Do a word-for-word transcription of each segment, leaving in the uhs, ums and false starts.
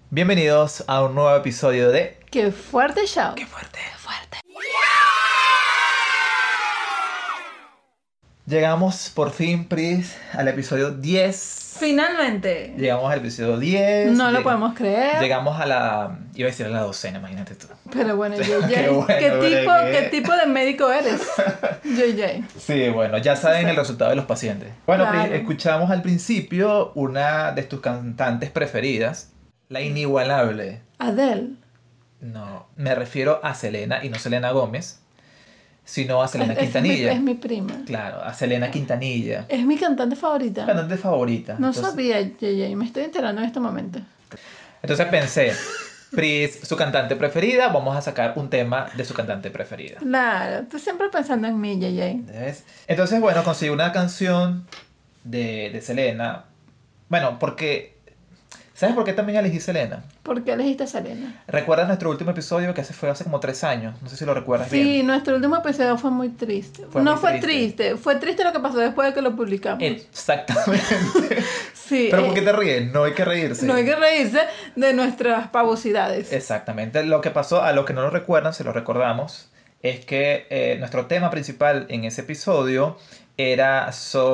Bienvenidos a un nuevo episodio de ¡Qué fuerte show! ¡Qué fuerte! ¡Qué fuerte! Llegamos por fin, Pris, al episodio diez. Finalmente. Llegamos al episodio diez. No lo Lleg- podemos creer. Llegamos a la... Iba a decir a la docena, imagínate tú. Pero bueno, J J, Qué ¿qué, bueno, pero tipo, qué- ¿qué tipo de médico eres? J J. Sí, bueno, ya saben Sí. el resultado de los pacientes. Bueno, Claro. Pris, escuchamos al principio una de tus cantantes preferidas, la inigualable. Adele. No, me refiero a Selena, y no Selena Gómez, sino a Selena es, es mi, Quintanilla. es mi prima. Claro, a Selena Quintanilla. Es mi cantante favorita. Cantante favorita. No Entonces, sabía, J J. Me estoy enterando en este momento. entonces pensé, Pris, su cantante preferida, vamos a sacar un tema de su cantante preferida. Claro, tú siempre pensando en mí, J J. ¿Ves? Entonces, bueno, conseguí una canción de, de Selena. Bueno, porque... ¿Sabes por qué también elegí Selena? ¿Por qué elegiste a Selena? ¿Recuerdas nuestro último episodio que hace fue hace como tres años? No sé si lo recuerdas Sí, bien. nuestro último episodio fue muy triste. Fue no muy fue triste. triste. fue triste lo que pasó después de que lo publicamos. Exactamente. Sí, Pero eh, ¿por qué te ríes? No hay que reírse. no hay que reírse de nuestras pavosidades. Exactamente. Lo que pasó, a los que no lo recuerdan, se lo recordamos, es que eh, nuestro tema principal en ese episodio era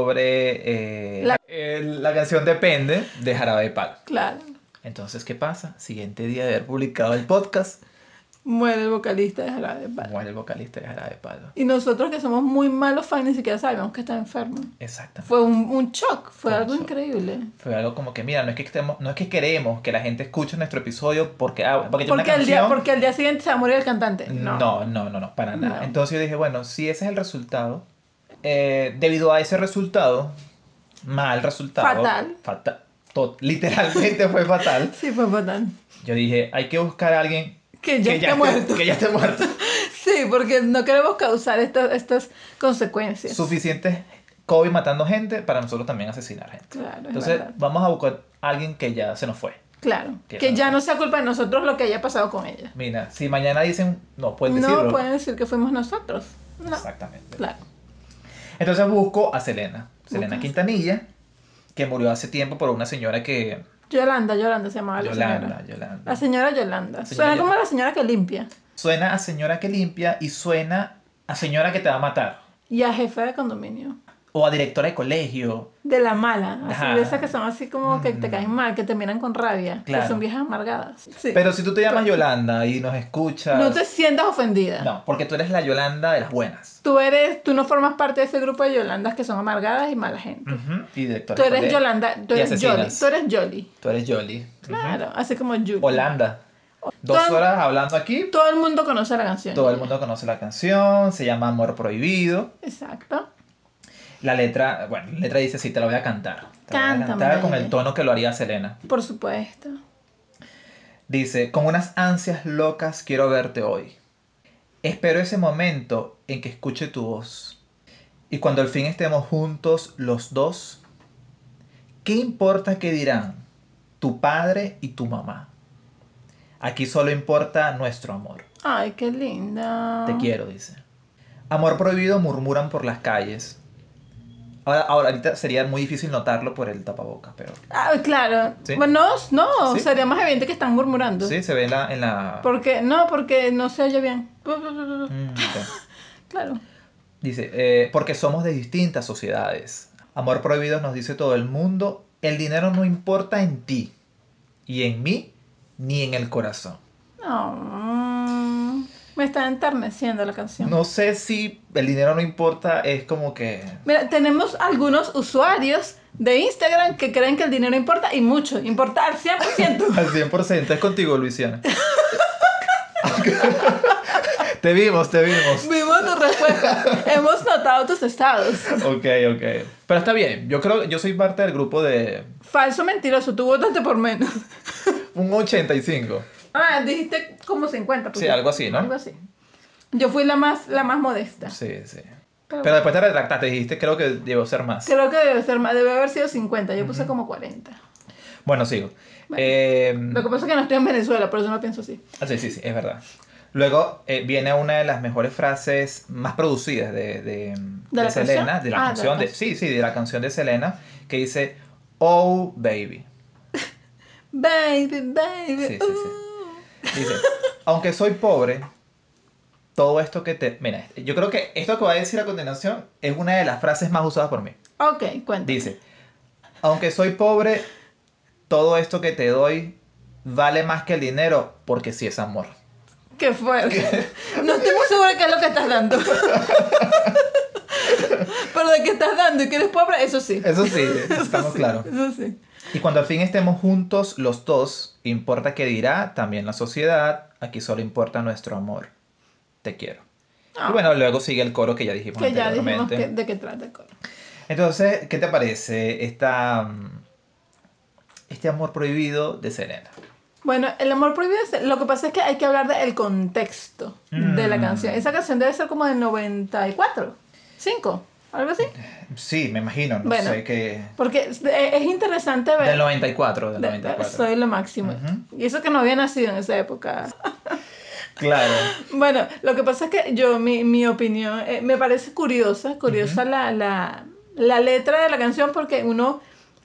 sobre eh, La- eh, la canción Depende de Jarabe de Palo. Claro. Entonces, ¿qué pasa? Siguiente día de haber publicado el podcast, Muere el vocalista de Jarabe de Palo. muere el vocalista de Jarabe de Palo. Y nosotros que somos muy malos fans ni siquiera sabíamos que está enfermo. Exactamente. Fue un, un shock, fue Fue un algo shock. increíble. Fue algo como que, mira, no es que, estemos, no es que queremos que la gente escuche nuestro episodio porque, ah, porque tiene Porque una al, día, canción. porque al día siguiente se va a morir el cantante. No, No. no, no, no, para nada. No. Entonces yo dije, bueno, si ese es el resultado, eh, debido a ese resultado, mal resultado, Fatal. fata- to- literalmente fue fatal, Sí, fue fatal. yo dije, hay que buscar a alguien Que ya esté muerto. que ya esté muerto. Sí, porque no queremos causar estas, estas consecuencias. Suficiente COVID matando gente para nosotros también asesinar gente. Claro, es Entonces verdad. vamos a buscar a alguien que ya se nos fue. Claro. Que Que no. ya no sea culpa de nosotros lo que haya pasado con ella. Mira, si mañana dicen, no pueden decirlo. No pueden decir que fuimos nosotros. No. Exactamente. Claro. Entonces busco a Selena, Selena Buscas. Quintanilla, que murió hace tiempo por una señora que... Yolanda, Yolanda se llamaba la Yolanda, señora. Yolanda. La señora Yolanda. Señora Suena como Yolanda. la señora que limpia. Suena a señora que limpia y suena a señora que te va a matar. Y a jefe de condominio. O a directora de colegio. De la mala. Así Ajá. de esas que son así como que te Mm. caen mal, que te miran con rabia. Claro. Que son viejas amargadas. Sí. Pero si tú te llamas Tú- Yolanda y nos escuchas... No te sientas ofendida. No, porque tú eres la Yolanda de las buenas. Tú eres, tú no formas parte de ese grupo de Yolandas que son amargadas y mala gente. Ujú. Y directora Tú de eres colegio. Yolanda, tú Y eres Jolly. asesinas. Tú eres Jolly. Tú eres Jolly. Claro, así como Julie. Ujú. Holanda. Dos Todo- horas hablando aquí. Todo el mundo conoce la canción. Todo el mundo conoce la canción. Se llama Amor Prohibido. Exacto. La letra, bueno, la letra dice, sí, te la voy a cantar. Te la voy a Cántamela, cantar con Yeye. el tono que lo haría Selena. Por supuesto. Dice, con unas ansias locas quiero verte hoy. Espero ese momento en que escuche tu voz. Y cuando al fin estemos juntos los dos, ¿qué importa qué dirán tu padre y tu mamá? Aquí solo importa nuestro amor. Ay, qué linda. Te quiero, dice. Amor prohibido murmuran por las calles. Ahora, ahora ahorita sería muy difícil notarlo por el tapabocas, pero... Ah, claro. ¿Sí? Bueno, no, no, ¿Sí? sería más evidente que están murmurando. Sí, se ve en la... En la... Porque, no, porque no se oye bien. Mm, ok. Claro. Dice, eh, porque somos de distintas sociedades. Amor prohibido nos dice todo el mundo, el dinero no importa en ti, y en mí, ni en el corazón. No, me está enterneciendo la canción. No sé si el dinero no importa, es como que... Mira, tenemos algunos usuarios de Instagram que creen que el dinero importa y mucho, importa al cien por ciento. Al cien por ciento es contigo, Luisiana. Te vimos, te vimos. Vimos tu respuesta. Hemos notado tus estados. Ok, ok. Pero está bien, yo creo que yo soy parte del grupo de Falso mentiroso, tú votaste por menos. un ochenta y cinco. Ah, dijiste como cincuenta. Sí, algo así, ¿no? Algo así. Yo fui la más, la más modesta. Sí, sí. Pero, Pero después te retractaste, dijiste creo que debo ser más. creo que debe ser más, debe haber sido cincuenta. Yo puse como cuarenta. Bueno, sigo. Bueno. Eh, Lo que pasa es que no estoy en Venezuela, por eso no pienso así. ah, sí, sí, sí, es verdad. Luego eh, viene una de las mejores frases más producidas de, de, ¿De la Selena, canción? de la Ah, de la canción, de, canción. sí, sí, de la canción de Selena, que dice, oh, baby. Baby, baby. Sí, sí, sí. uh. Dice, aunque soy pobre, todo esto que te... Mira, yo creo que esto que voy a decir a continuación es una de las frases más usadas por mí. Ok, cuéntame. Dice, aunque soy pobre, todo esto que te doy vale más que el dinero porque sí es amor. Qué fuerte. No estoy muy segura de qué es lo que estás dando. Pero de qué estás dando y que eres pobre, eso sí. Eso sí, Eso estamos sí, claros. Eso sí. Y cuando al fin estemos juntos los dos, importa qué dirá también la sociedad, aquí solo importa nuestro amor. Te quiero. Ah, Y bueno, luego sigue el coro que ya dijimos que ya dijimos anteriormente. que- de qué trata el coro. Entonces, ¿qué te parece esta, mm, este amor prohibido de Selena? Bueno, el amor prohibido, es- lo que pasa es que hay que hablar del contexto de la Mm. canción. Esa canción debe ser como del noventa y cuatro, cinco, algo así. Sí, me imagino, no Bueno, sé qué... Porque es, es interesante ver. Del noventa y cuatro, del de- noventa y cuatro. Soy lo máximo. Ujú. Y eso que no había nacido en esa época. Claro. Bueno, lo que pasa es que yo, mi, mi opinión, eh, me parece curiosa, curiosa Ujú. la, la, la letra de la canción porque uno,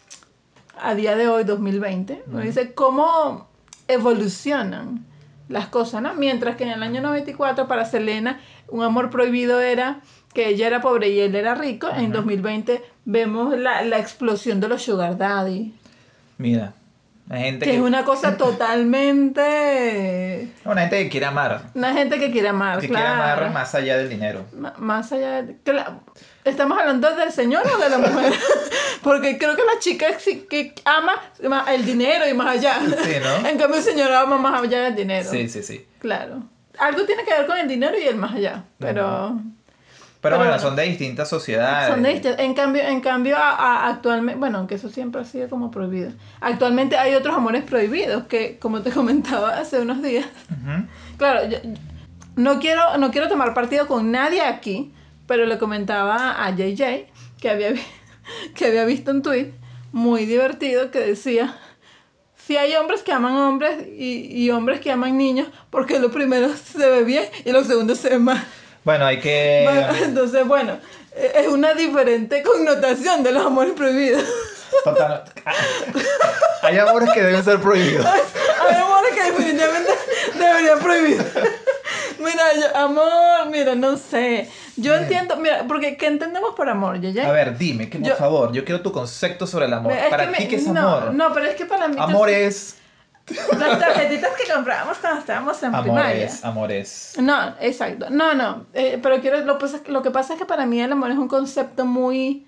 a día de hoy, dos mil veinte, uno Ujú. dice cómo evolucionan las cosas, ¿no? Mientras que en el año noventa y cuatro para Selena un amor prohibido era que ella era pobre y él era rico. En Ujú. dos mil veinte vemos la, la explosión de los sugar daddy, Mira, hay gente que que... es una cosa totalmente... Una gente que quiere amar. Una gente que quiere amar, Que quiere claro. amar más allá del dinero. Ma- Más allá de... cla- ¿Estamos hablando del señor o de la mujer? Porque creo que la chica sí que ama ma- el dinero y más allá. Sí, ¿no? En cambio el señor ama más allá del dinero. Sí, sí, sí. Claro. Algo tiene que ver con el dinero y el más allá. Pero... Pero, Pero bueno, bueno. son de distintas sociedades. Son de distintas- En cambio, en cambio a- a- actualmente, bueno, aunque eso siempre ha sido como prohibido. Actualmente hay otros amores prohibidos que, como te comentaba hace unos días. Ujú. Claro, yo- yo no quiero, no quiero tomar partido con nadie aquí, pero le comentaba a J J que había, vi- que había visto un tweet muy divertido que decía: si hay hombres que aman hombres y, y hombres que aman niños, porque lo primero se ve bien y lo segundo se ve mal. Bueno, hay que... Bueno, entonces, bueno, eh, es una diferente connotación de los amores prohibidos. Total- Hay amores que deben ser prohibidos. Hay amores que definitivamente deberían prohibir. Mira, yo, amor, mira, no sé. Yo Bien. entiendo, mira, porque ¿qué entendemos por amor, Yeye? A ver, dime, que por Yo- favor, yo quiero tu concepto sobre el amor. Mira, es Para que ti, me- ¿qué es no, amor? No, pero es que para mí... Amor es... Las tarjetitas que comprábamos cuando estábamos en Amor primaria. es, amor es. No, exacto. No, no. eh, pero quiero, lo, pasa- lo que pasa es que para mí el amor es un concepto muy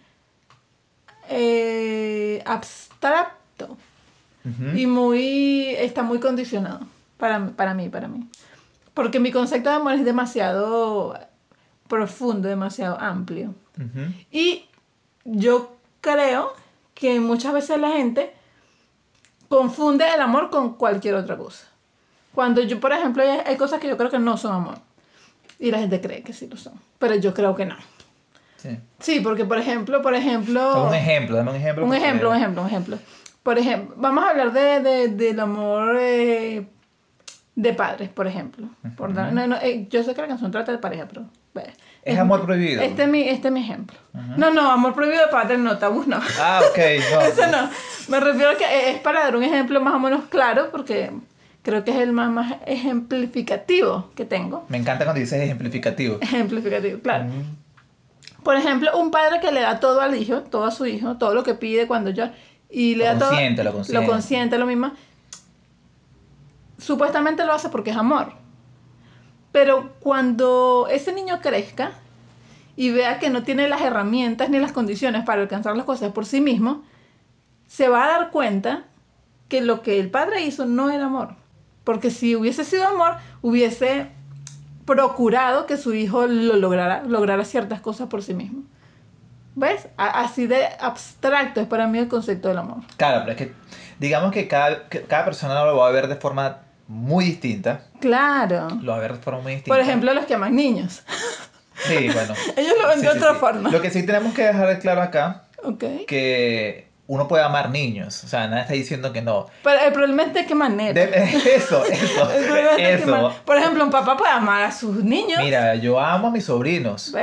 eh, abstracto Ujú. y muy está muy condicionado para, para mí, para mí. Porque mi concepto de amor es demasiado profundo, demasiado amplio. Ujú. Y yo creo que muchas veces la gente confunde el amor con cualquier otra cosa. Cuando yo, por ejemplo, hay, hay cosas que yo creo que no son amor. Y la gente cree que sí lo son. Pero yo creo que no. Sí. Sí, porque por ejemplo, por ejemplo... Un ejemplo, dame un ejemplo. Un porque- ejemplo, un ejemplo, un ejemplo. Por ejemplo, vamos a hablar de, de- del amor eh, de padres, por ejemplo. Por dar- no, no, eh, yo sé que la canción trata de pareja, pero... bueno, Es amor prohibido. Este es mi, este es mi ejemplo. No, no, amor prohibido de padres no, tabú no. Ah, ok, no. Eso no. Me refiero a que es para dar un ejemplo más o menos claro, porque creo que es el más, más ejemplificativo que tengo. Me encanta cuando dices ejemplificativo. Ejemplificativo, claro. Ujú. Por ejemplo, un padre que le da todo al hijo, todo a su hijo, todo lo que pide cuando ya... Y le Lo da todo... consiente, lo consiente. Lo consiente, lo mismo. Supuestamente lo hace porque es amor. Pero cuando ese niño crezca y vea que no tiene las herramientas ni las condiciones para alcanzar las cosas por sí mismo, se va a dar cuenta que lo que el padre hizo no era amor. Porque si hubiese sido amor, hubiese procurado que su hijo lo lograra, lograra ciertas cosas por sí mismo. ¿Ves? A- así de abstracto es para mí el concepto del amor. Claro, pero es que digamos que cada, que cada persona lo va a ver de forma muy distinta. Claro. Lo va a ver de forma muy distinta. Por ejemplo, los que aman niños. Sí, bueno. Ellos lo ven Sí, de sí, otra sí. forma. Lo que sí tenemos que dejar claro acá, Ok. que uno puede amar niños. O sea, nadie está diciendo que no. Pero el problema es de qué manera. De- eso, eso, El problema es de qué eso. manera. Por ejemplo, un papá puede amar a sus niños. Mira, yo amo a mis sobrinos. ¿Ves?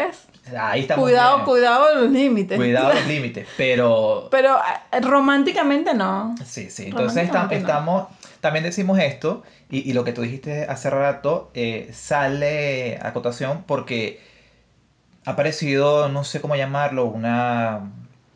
Ahí estamos Cuidado, bien. cuidado los límites. Cuidado los límites, pero Pero eh, románticamente no. sí, sí. Entonces estam- Románticamente no. estamos, también decimos esto, y, y lo que tú dijiste hace rato eh, sale a cotación porque ha aparecido, no sé cómo llamarlo, una,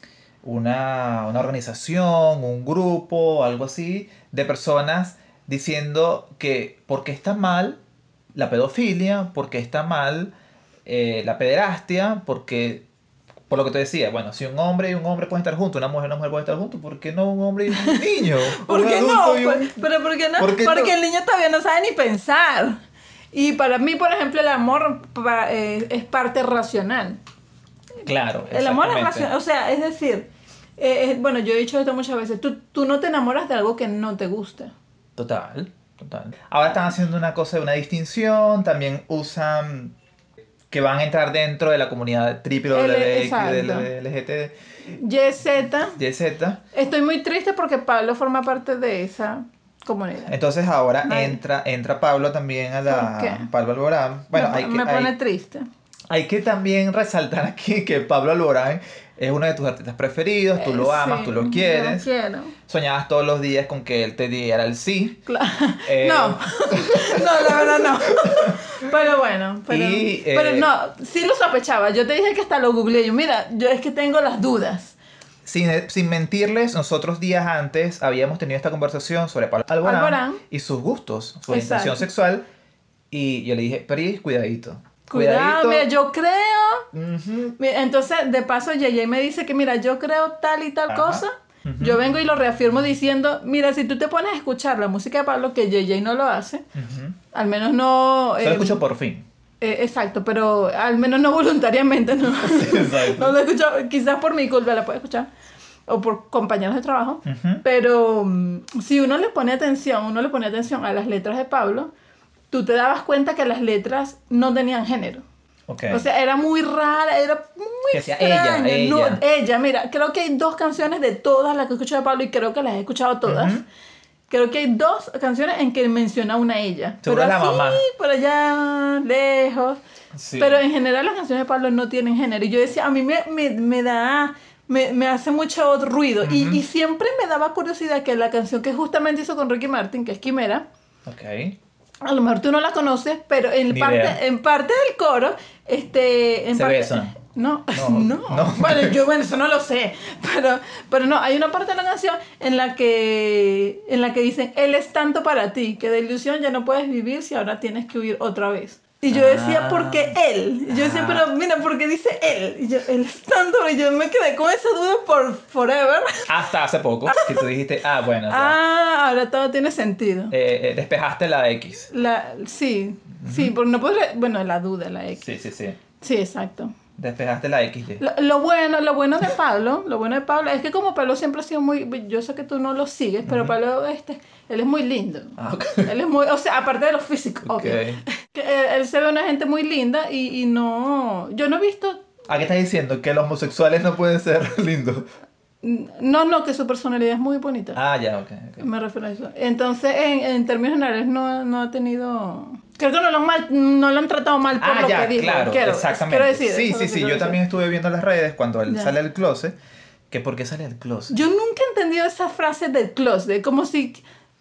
una, una organización, un grupo, algo así, de personas diciendo que porque está mal la pedofilia, porque está mal eh, la pederastia, porque, por lo que te decía, bueno, si un hombre y un hombre pueden estar juntos, una mujer y una mujer pueden estar juntos, ¿por qué no un hombre y un niño? O ¿Por un qué adulto no? y Pues, un... pero ¿por qué no? ¿Por qué no? Porque el niño todavía no sabe ni pensar. Y para mí, por ejemplo, el amor pa- eh, es parte racional. Claro, El amor es exactamente. racional, o sea, es decir, eh, eh, bueno, yo he dicho esto muchas veces, tú, tú no te enamoras de algo que no te gusta. Total, total. Ahora están haciendo una cosa de una distinción, también usan que van a entrar dentro de la comunidad El, triple X del exacto. L G T Y Z. Y Z. Estoy muy triste porque Pablo forma parte de esa comunidad. Entonces ahora Nadie- entra, entra Pablo también a ¿Por qué? la Pablo Alborán. Me, Bueno, hay que, me pone hay, triste. hay que también resaltar aquí que Pablo Alborán es uno de tus artistas preferidos, tú Eh, lo amas, tú sí, lo yo lo quieres, quiero. soñabas todos los días con que él te diera el sí. Claro. No, Eh, no, la verdad no. Pero bueno, pero, y pero eh, no, sí lo sospechaba. Yo te dije que hasta lo googleé. Yo, mira, yo es que tengo las dudas. sin, sin mentirles, nosotros días antes habíamos tenido esta conversación sobre Pablo Alborán Alborán, y sus gustos, su orientación exacto. sexual. Y yo le dije, Peri, cuidadito. Cuidado, mira, Cuidadito. yo creo. Ujú. Mira, entonces, de paso, Yeye me dice que, mira, yo creo tal y tal cosa. Ajá. Ujú. Yo vengo y lo reafirmo diciendo, mira, si tú te pones a escuchar la música de Pablo, que Yeye no lo hace, Ujú. al menos no... Solo eh, escucho por fin. eh, exacto, pero al menos no voluntariamente, ¿no? Exacto. No lo he escuchado, quizás por mi culpa la puedo escuchar, o por compañeros de trabajo, Ujú. pero mm, si uno le pone atención, uno le pone atención a las letras de Pablo, tú te dabas cuenta que las letras no tenían género. Ok. O sea, era muy rara, era muy Que sea ella, extraña. No, ella. ella, mira, creo que hay dos canciones de todas las que escucho de Pablo y creo que las he escuchado todas. Ujú. Creo que hay dos canciones en que menciona una ella. Seguro Pero es la así, mamá. por allá, lejos. Sí. Pero en general las canciones de Pablo no tienen género. Y yo decía, a mí me, me, me da, me, me hace mucho ruido. Y, Ujú. y siempre me daba curiosidad que la canción que justamente hizo con Ricky Martin, que es Quimera, Ok. a lo mejor tú no la conoces, pero en Ni idea. parte, en parte del coro, este, en Se parte, besan. no, No, no, no. bueno, yo, bueno, eso no lo sé, pero, pero no, hay una parte de la canción en la que, en la que dicen, él es tanto para ti, que de ilusión ya no puedes vivir si ahora tienes que huir otra vez. Y yo decía, ¿por qué Ah. él? Y yo decía, Ah. pero mira, ¿por qué dice él? Y yo, él es tanto, y yo me quedé con esa duda por forever. Hasta hace poco, que tú dijiste, ah, bueno, ya. Ah, ahora todo tiene sentido. Eh, eh, despejaste la X. La, sí, sí, porque no puedo, re- bueno, la duda, la X. Sí, sí, sí. Sí, exacto. Despejaste la X. Y. Lo, lo bueno, lo bueno de Pablo, lo bueno de Pablo es que como Pablo siempre ha sido muy, yo sé que tú no lo sigues, pero Ujú. Pablo, este, él es muy lindo. Ah, ok. Él es muy, o sea, aparte de lo físico, Ok. obvio. Que él, él se ve una gente muy linda y, y no, yo no he visto, ¿A qué estás diciendo? Que los homosexuales no pueden ser lindos. no, no, que su personalidad es muy bonita. Ah, ya, ok. Ok. Me refiero a eso. Entonces, en, en términos generales, no, no ha tenido. Creo que no lo, han mal, no lo han tratado mal por Ah, lo ya, que dijo. claro, quiero, exactamente. quiero decir, sí, eso sí, es lo que sí. Yo quiero también decir. estuve viendo las redes cuando él Ya. sale del closet. Que por qué sale del closet. Yo nunca he entendido esa frase del closet, como si.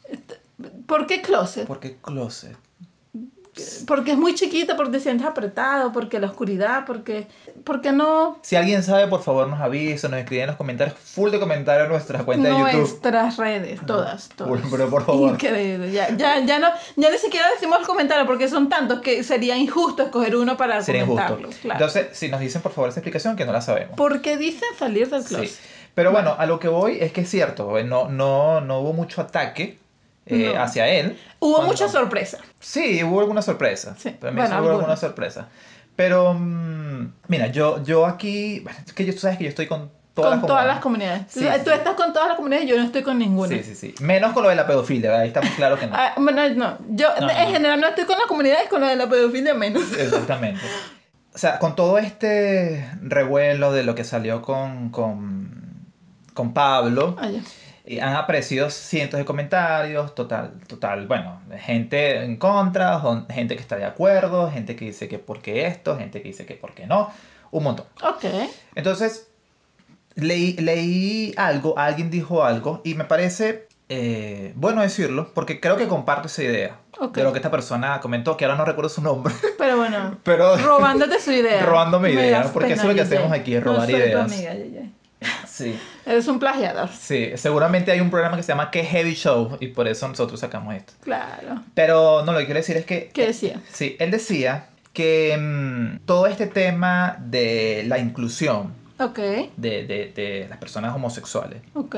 ¿Por qué closet? ¿Por qué closet? Porque es muy chiquito, porque te sientes apretado, porque la oscuridad, porque. Porque no. Si alguien sabe, por favor nos avisa, nos escribe en los comentarios. Full de comentarios en nuestra cuenta de YouTube. Nuestras redes, todas, todas. Pero por favor. Increíble. Ya, ya, ya no, ya ni siquiera decimos el comentario porque son tantos que sería injusto escoger uno para Sería comentarlo. injusto. Claro. Entonces, si nos dicen por favor esa explicación, que no la sabemos. ¿Por qué dicen salir del closet? Sí. Pero bueno, a lo que voy es que es cierto, eh, no, no, no hubo mucho ataque eh, No. hacia él. Hubo Cuando- mucha sorpresa. Sí, hubo alguna sorpresa. Sí, Para mí bueno, sí hubo alguna algunas. sorpresa. Pero, mm, mira, yo, yo aquí, bueno, es que yo, tú sabes que yo estoy con todas Con las todas las comunidades. comunidades. Sí, Tú sí. estás con todas las comunidades y yo no estoy con ninguna. Sí, sí, sí. Menos con lo de la pedofilia, ahí estamos claros que no. Ah, bueno, no. Yo No, en no. general no estoy con las comunidades, con lo de la pedofilia menos. Exactamente. O sea, con todo este revuelo de lo que salió con, con, con Pablo, Ah, ya. eh, han aparecido cientos de comentarios, total, total, bueno, gente en contra, jon- gente que está de acuerdo, gente que dice que por qué esto, gente que dice que por qué no. un montón. Ok. Entonces, leí, leí algo, alguien dijo algo y me parece eh, bueno decirlo porque creo que comparto esa idea Ok. de lo que esta persona comentó, que ahora no recuerdo su nombre, Pero bueno, pero robándote su idea. robándome Me ideas, das porque eso es lo pena, que Yeye. hacemos aquí, es No robar soy tu ideas. amiga, Yeye. Sí, Eres un plagiador. sí, seguramente hay un programa que se llama Que Heavy Show y por eso nosotros sacamos esto. Claro. Pero no, lo que quiero decir es que... ¿Qué decía? Sí, él decía que mm, todo este tema de la inclusión Ok. de, de, de las personas homosexuales Ok.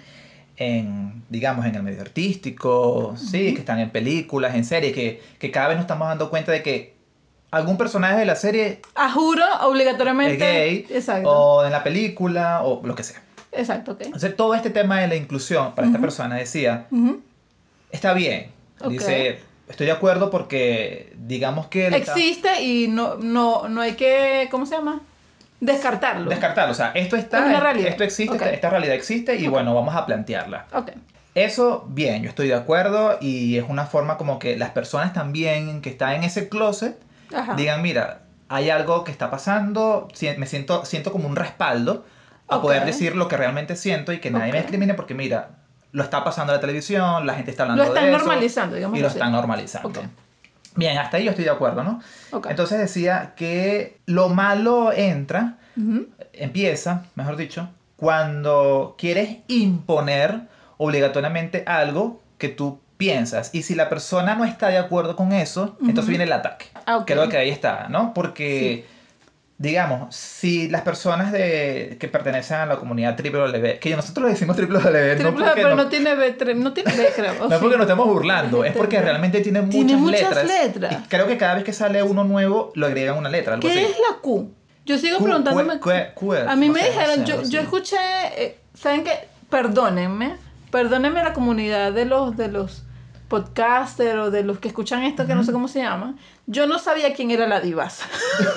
en, digamos, en el medio artístico, sí, Ujú. que están en películas, en series, que, que cada vez nos estamos dando cuenta de que algún personaje de la serie A juro, es obligatoriamente. gay, Exacto. o en la película, o lo que sea. Exacto, ok. Entonces, todo este tema de la inclusión para esta Ujú. persona decía, Ujú. está bien. Ok. Dice, estoy de acuerdo porque, digamos que le está... Existe y no, no, no hay que, ¿cómo se llama? Descartarlo. Descartarlo, o sea, esto está, Es una realidad. esto existe, Ok. esta, esta realidad existe y Ok. bueno, vamos a plantearla. Ok. Eso, bien, yo estoy de acuerdo y es una forma como que las personas también que están en ese closet Ajá. digan, mira, hay algo que está pasando, si- me siento, siento como un respaldo a Ok. poder decir lo que realmente siento y que nadie me Ok. discrimine porque mira, lo está pasando en la televisión, la gente está Lo hablando están de eso normalizando, digamos y lo así. están normalizando. Ok. Bien, hasta ahí yo estoy de acuerdo, ¿no? Ok. Entonces decía que lo malo entra, Ujú. empieza, mejor dicho, cuando quieres imponer obligatoriamente algo que tú piensas. Y si la persona no está de acuerdo con eso, Ujú. entonces viene el ataque. Ah, ok. Creo que ahí está, ¿no? Porque, digamos, si las personas de, que pertenecen a la comunidad triple W, que nosotros le decimos triple W, no Triple, porque, pero no, no tiene B, tre- no tiene B, creo. ¿O no es porque sí? nos estemos burlando, es porque L G T B. realmente tiene muchas, Tiene muchas letras. letras. Y creo que cada vez que sale uno nuevo, lo agregan una letra, algo ¿Qué así. es la Q? Yo sigo Q, preguntándome. Q, Q, Q, A mí no me sé, no dijeron, sé, yo, algo yo así. escuché, eh, ¿saben qué? Perdónenme, perdónenme la comunidad de los, de los podcasters o de los que escuchan esto, que no sé Ujú. cómo se llama. Yo no sabía quién era la divasa.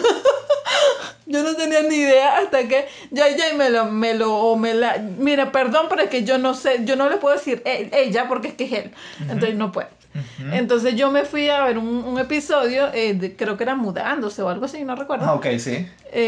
Yo no tenía ni idea hasta que ya ya me lo me lo o me la mira, perdón, pero es que yo no sé, yo no le puedo decir él- ella porque es que es él. Ujú. Entonces no puedo. Ujú. Entonces yo me fui a ver un, un episodio, eh, de- creo que era mudándose o algo así, no recuerdo. Ah, ok, sí.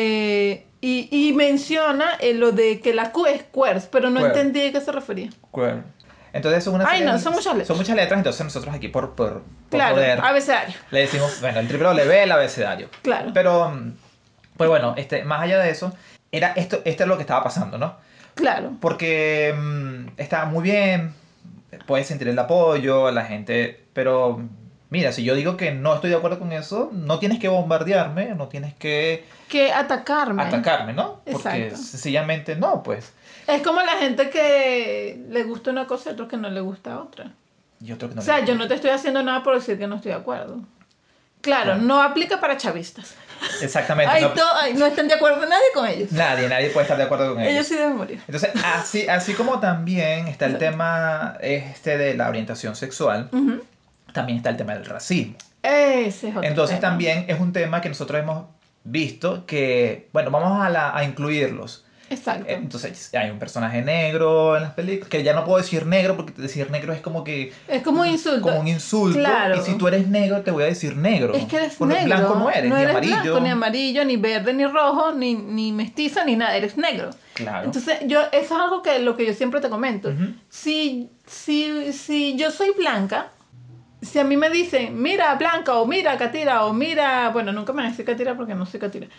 Eh, y, y menciona eh, lo de que la Q es queers, pero no Queer. entendí a qué se refería. Queer. Entonces son una Ay, serie no, de- son muchas letras. Son muchas letras, entonces nosotros aquí por, por, por Claro, poder abecedario. le decimos, bueno, el triple W, el abecedario. Claro. Pero, mm, pues bueno, este, más allá de eso, era esto, esto es lo que estaba pasando, ¿no? Claro. Porque mm, estaba muy bien, puedes sentir el apoyo, la gente, pero mira, si yo digo que no estoy de acuerdo con eso, no tienes que bombardearme, no tienes que Que atacarme. atacarme, ¿no? Porque Exacto. sencillamente no, pues. Es como la gente que le gusta una cosa y otro que no le gusta otra. Yo creo que no O sea, le- yo no te estoy haciendo nada por decir que no estoy de acuerdo. Claro, Claro. no aplica para chavistas. Exactamente. Ay, no, to- ay, no están de acuerdo nadie con ellos. nadie, nadie puede estar de acuerdo con Ellos ellos. sí deben morir. Entonces, así, así como también está el Exacto. tema este de la orientación sexual, Ujú. también está el tema del racismo. Ese es otro Entonces tema. también es un tema que nosotros hemos visto que, bueno, vamos a, la- a incluirlos. Exacto. Entonces hay un personaje negro en las películas, que ya no puedo decir negro porque decir negro es como que... Es como un insulto. Como un insulto. Claro. Y si tú eres negro te voy a decir negro. Es que eres Porque negro. blanco no eres, ni amarillo. blanco, ni amarillo, ni verde, ni rojo, ni, ni mestizo, ni nada. Eres negro. Claro. Entonces, yo, eso es algo que lo que yo siempre te comento. Ujú. Si, si, si yo soy blanca, si a mí me dicen, mira Blanca, o mira Catira, o mira, bueno, nunca me van a decir Catira porque no soy Catira,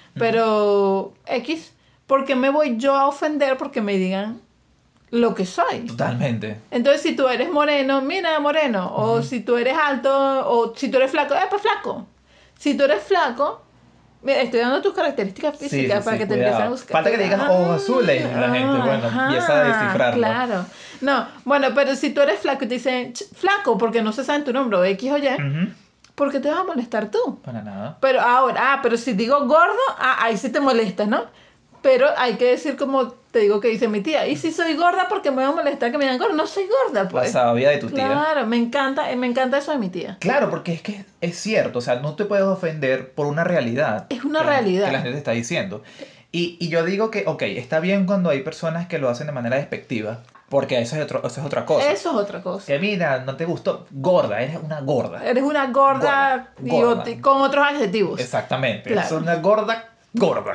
pero X, porque me voy yo a ofender porque me digan lo que soy. Totalmente. Entonces, si tú eres moreno, mira moreno, o Ujú. si tú eres alto, o si tú eres flaco, eh, pues flaco. Si tú eres flaco, mira, estoy dando tus características Sí, físicas sí, para sí, que te cuidado. empiecen a buscar. Falta que le digas ojos azules y la gente, bueno, ajá, empieza a descifrarlo. Claro. No, bueno, pero si tú eres flaco y te dicen "Ch, flaco porque no se sabe tu nombre o X o Y, Ujú. ¿por qué te vas a molestar tú? Para nada. Pero ahora, ah, pero si digo gordo, ah, ahí sí te molestas, ¿no? Pero hay que decir como te digo que dice mi tía, y si soy gorda porque me voy a molestar que me digan gorda, no soy gorda, La pues. sabia de tu tía. Claro, me encanta, eh, me encanta eso de mi tía. Claro, porque es que es cierto, o sea, no te puedes ofender por una realidad. Es una que- realidad. Que la gente te está diciendo. Y, y yo digo que, ok, está bien cuando hay personas que lo hacen de manera despectiva, porque eso es, otro, eso es otra cosa. Eso es otra cosa. Que mira, no te gustó, gorda, eres una gorda. Eres una gorda, Gorda, y gorda. ot- con otros adjetivos. Exactamente, Claro. es una gorda gorda.